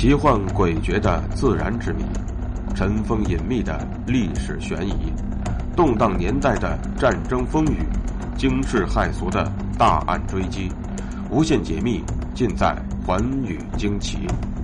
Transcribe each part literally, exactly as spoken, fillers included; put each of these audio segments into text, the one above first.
奇幻诡谲的自然之谜，尘封隐秘的历史悬疑，动荡年代的战争风雨，惊世骇俗的大案追击，无限解密尽在寰宇惊奇。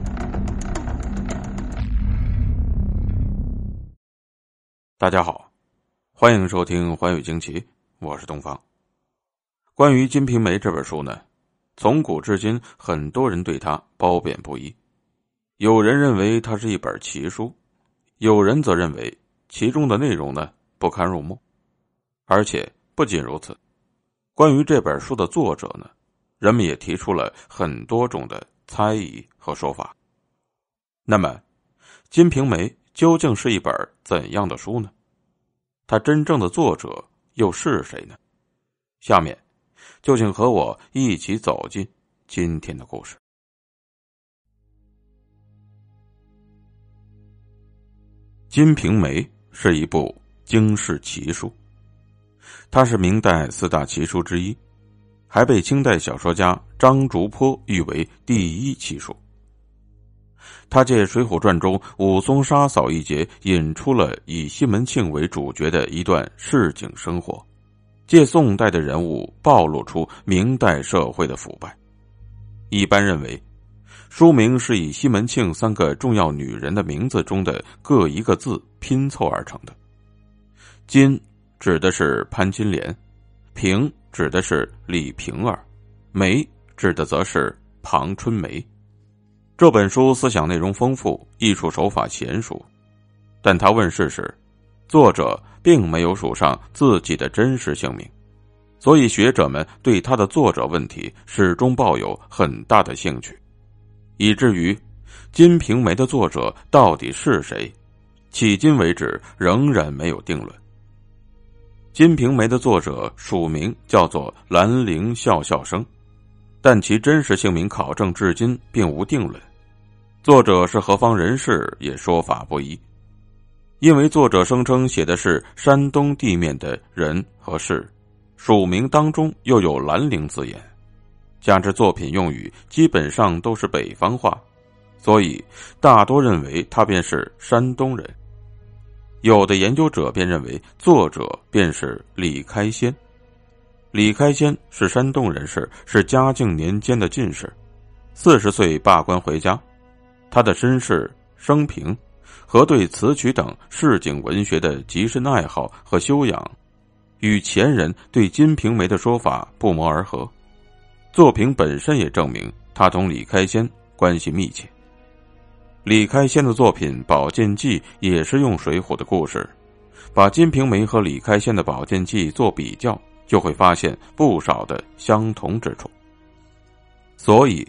大家好，欢迎收听寰宇惊奇，我是东方。关于《金瓶梅》这本书呢，从古至今很多人对它褒贬不一，有人认为它是一本奇书，有人则认为其中的内容呢不堪入目。而且不仅如此，关于这本书的作者呢，人们也提出了很多种的猜疑和说法。那么《金瓶梅》究竟是一本怎样的书呢？它真正的作者又是谁呢？下面就请和我一起走进今天的故事。《金瓶梅》是一部惊世奇书，它是明代四大奇书之一，还被清代小说家张竹坡誉为第一奇书。他借《水浒传》中武松杀嫂一节引出了以西门庆为主角的一段市井生活，借宋代的人物暴露出明代社会的腐败。一般认为，书名是以西门庆三个重要女人的名字中的各一个字拼凑而成的。金指的是潘金莲，瓶指的是李瓶儿，梅指的则是庞春梅。这本书思想内容丰富，艺术手法娴熟，但它问世时，作者并没有署上自己的真实姓名，所以学者们对他的作者问题始终抱有很大的兴趣，以至于《金瓶梅》的作者到底是谁，迄今为止仍然没有定论。《金瓶梅》的作者署名叫做兰陵笑笑生，但其真实姓名考证至今并无定论。作者是何方人士也说法不一，因为作者声称写的是山东地面的人和事，署名当中又有兰陵字眼，加之作品用语基本上都是北方话，所以大多认为他便是山东人。有的研究者便认为作者便是李开先。李开先是山东人士，是嘉靖年间的进士，四十岁罢官回家。他的身世、生平和对词曲等市井文学的极深爱好和修养，与前人对《金瓶梅》的说法不谋而合。作品本身也证明他同李开先关系密切。李开先的作品《宝剑记》也是用水浒的故事，把《金瓶梅》和李开先的《宝剑记》做比较，就会发现不少的相同之处。所以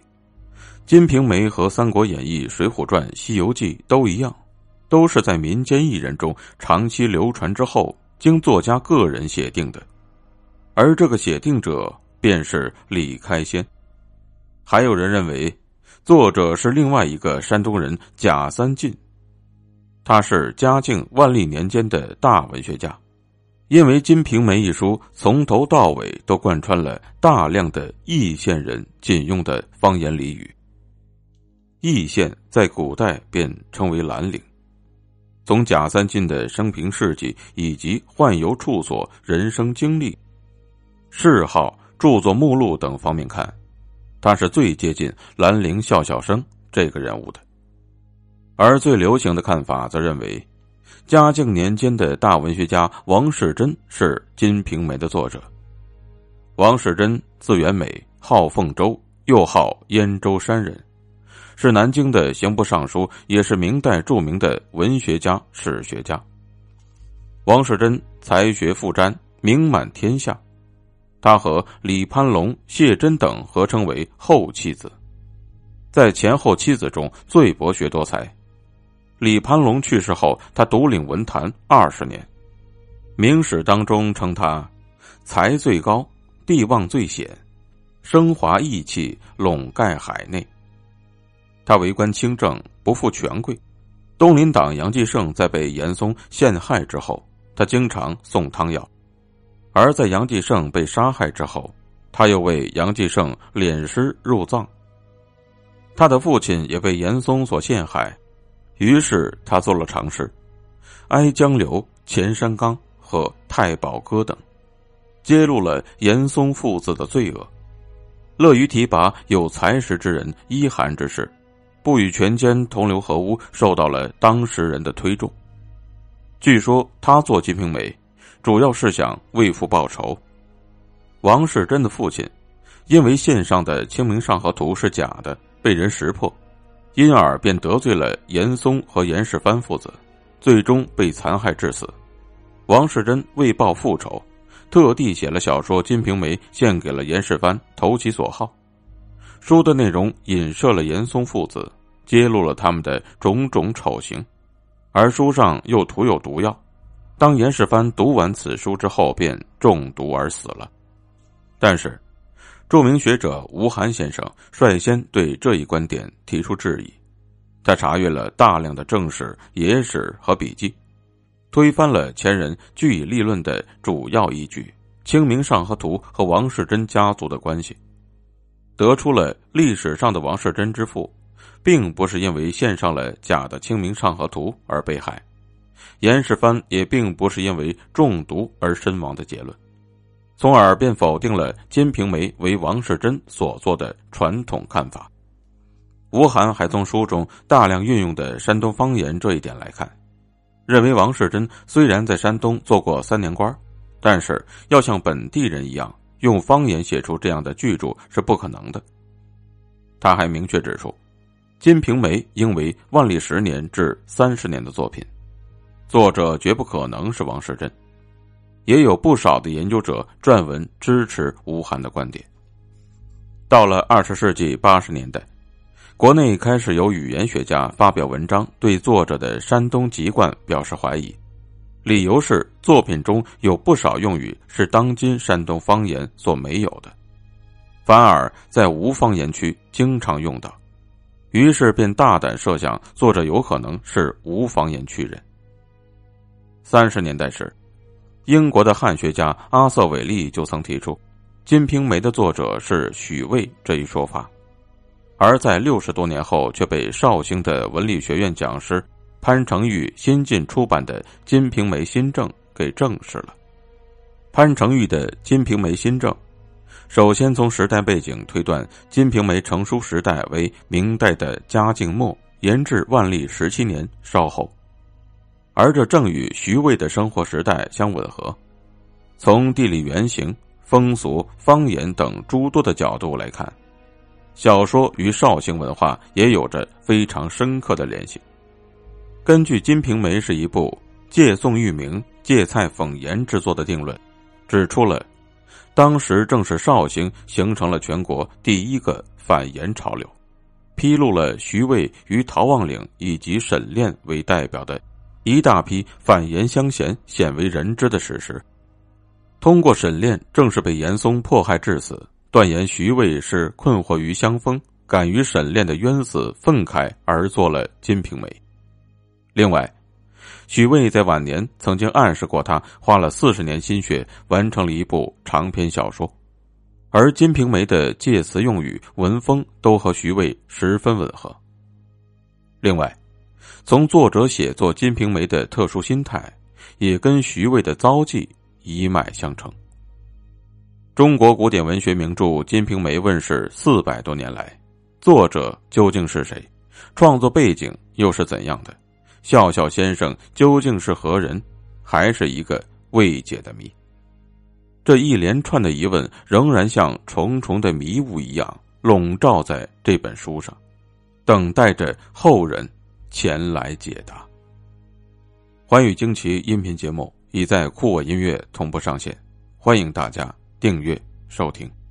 《金瓶梅》和《三国演义》《水浒传》《西游记》都一样，都是在民间艺人中长期流传之后，经作家个人写定的，而这个写定者便是李开先。还有人认为作者是另外一个山东人贾三进，他是嘉靖、万历年间的大文学家，因为《金瓶梅》一书从头到尾都贯穿了大量的易县人仅用的方言俚语。易县在古代便称为兰陵。从贾三进的生平事迹以及宦游处所、人生经历、谥号、著作目录等方面看，他是最接近兰陵笑笑生这个人物的。而最流行的看法则认为，嘉靖年间的大文学家王士祯是《金瓶梅》的作者。王士祯字元美，号凤州，又号燕州山人，是南京的刑部尚书，也是明代著名的文学家、史学家。王士祯才学富瞻，名满天下，他和李攀龙、谢珍等合称为后七子，在前后七子中最博学多才。李攀龙去世后，他独领文坛二十年。明史当中称他才最高，地望最显，升华义气，笼盖海内。他为官清正，不负权贵。东林党杨继盛在被严嵩陷害之后，他经常送汤药；而在杨继盛被杀害之后，他又为杨继盛敛尸入葬。 他的父亲也被严嵩所陷害，于是他做了尝试，哀江流、钱山刚和太保哥等，揭露了严嵩父子的罪恶，乐于提拔有才识之人依韩之事，不与权奸同流合污，受到了当时人的推重。据说他做《金瓶梅》主要是想为父报仇。王世贞的父亲因为线上的《清明上河图》是假的，被人识破，因而便得罪了严嵩和严世蕃父子，最终被残害致死。王世贞为报复仇，特地写了小说《金瓶梅》献给了严世蕃，投其所好。书的内容影射了严嵩父子，揭露了他们的种种丑行，而书上又涂有毒药。当严世蕃读完此书之后，便中毒而死了。但是著名学者吴晗先生率先对这一观点提出质疑，他查阅了大量的正史、野史和笔记，推翻了前人据以立论的主要依据《清明上河图》和王世贞家族的关系，得出了历史上的王世贞之父并不是因为献上了假的《清明上河图》而被害，严世蕃也并不是因为中毒而身亡的结论，从而便否定了《金瓶梅》为王世贞所做的传统看法。吴晗还从书中大量运用的山东方言这一点来看，认为王世贞虽然在山东做过三年官，但是要像本地人一样用方言写出这样的巨著是不可能的。他还明确指出，《金瓶梅》应为万历十年至三十年的作品，作者绝不可能是王世贞。也有不少的研究者撰文支持吴晗的观点。到了二十世纪八十年代，国内开始有语言学家发表文章对作者的山东籍贯表示怀疑，理由是作品中有不少用语是当今山东方言所没有的，反而在吴方言区经常用到，于是便大胆设想作者有可能是吴方言区人。三十年代时，英国的汉学家阿瑟·韦利就曾提出《金瓶梅》的作者是许巍这一说法，而在六十多年后却被绍兴的文理学院讲师潘成玉新近出版的《金瓶梅新政》给证实了。潘成玉的《金瓶梅新政》首先从时代背景推断，《金瓶梅》成书时代为明代的嘉靖末延至万历十七年稍后，而这正与徐渭的生活时代相吻合。从地理原型、风俗、方言等诸多的角度来看，小说与绍兴文化也有着非常深刻的联系。根据《金瓶梅》是一部借宋喻明、借蔡讽言之作的定论，指出了当时正是绍兴形成了全国第一个反言潮流，披露了徐渭与陶望岭以及沈炼为代表的一大批反言相嫌、鲜为人知的事实。通过沈炼正是被严嵩迫害致死，断言徐渭是困惑于乡风，感于沈炼的冤死愤慨而做了《金瓶梅》。另外，许巍在晚年曾经暗示过他花了四十年心血完成了一部长篇小说，而《金瓶梅》的借词用语、文风都和徐渭十分吻合。另外，从作者写作《金瓶梅》的特殊心态，也跟徐渭的遭际一脉相承。中国古典文学名著《金瓶梅》问世四百多年来，作者究竟是谁？创作背景又是怎样的？笑笑先生究竟是何人？还是一个未解的谜。这一连串的疑问仍然像重重的迷雾一样笼罩在这本书上，等待着后人前来解答。寰宇惊奇音频节目已在酷我音乐同步上线，欢迎大家订阅收听。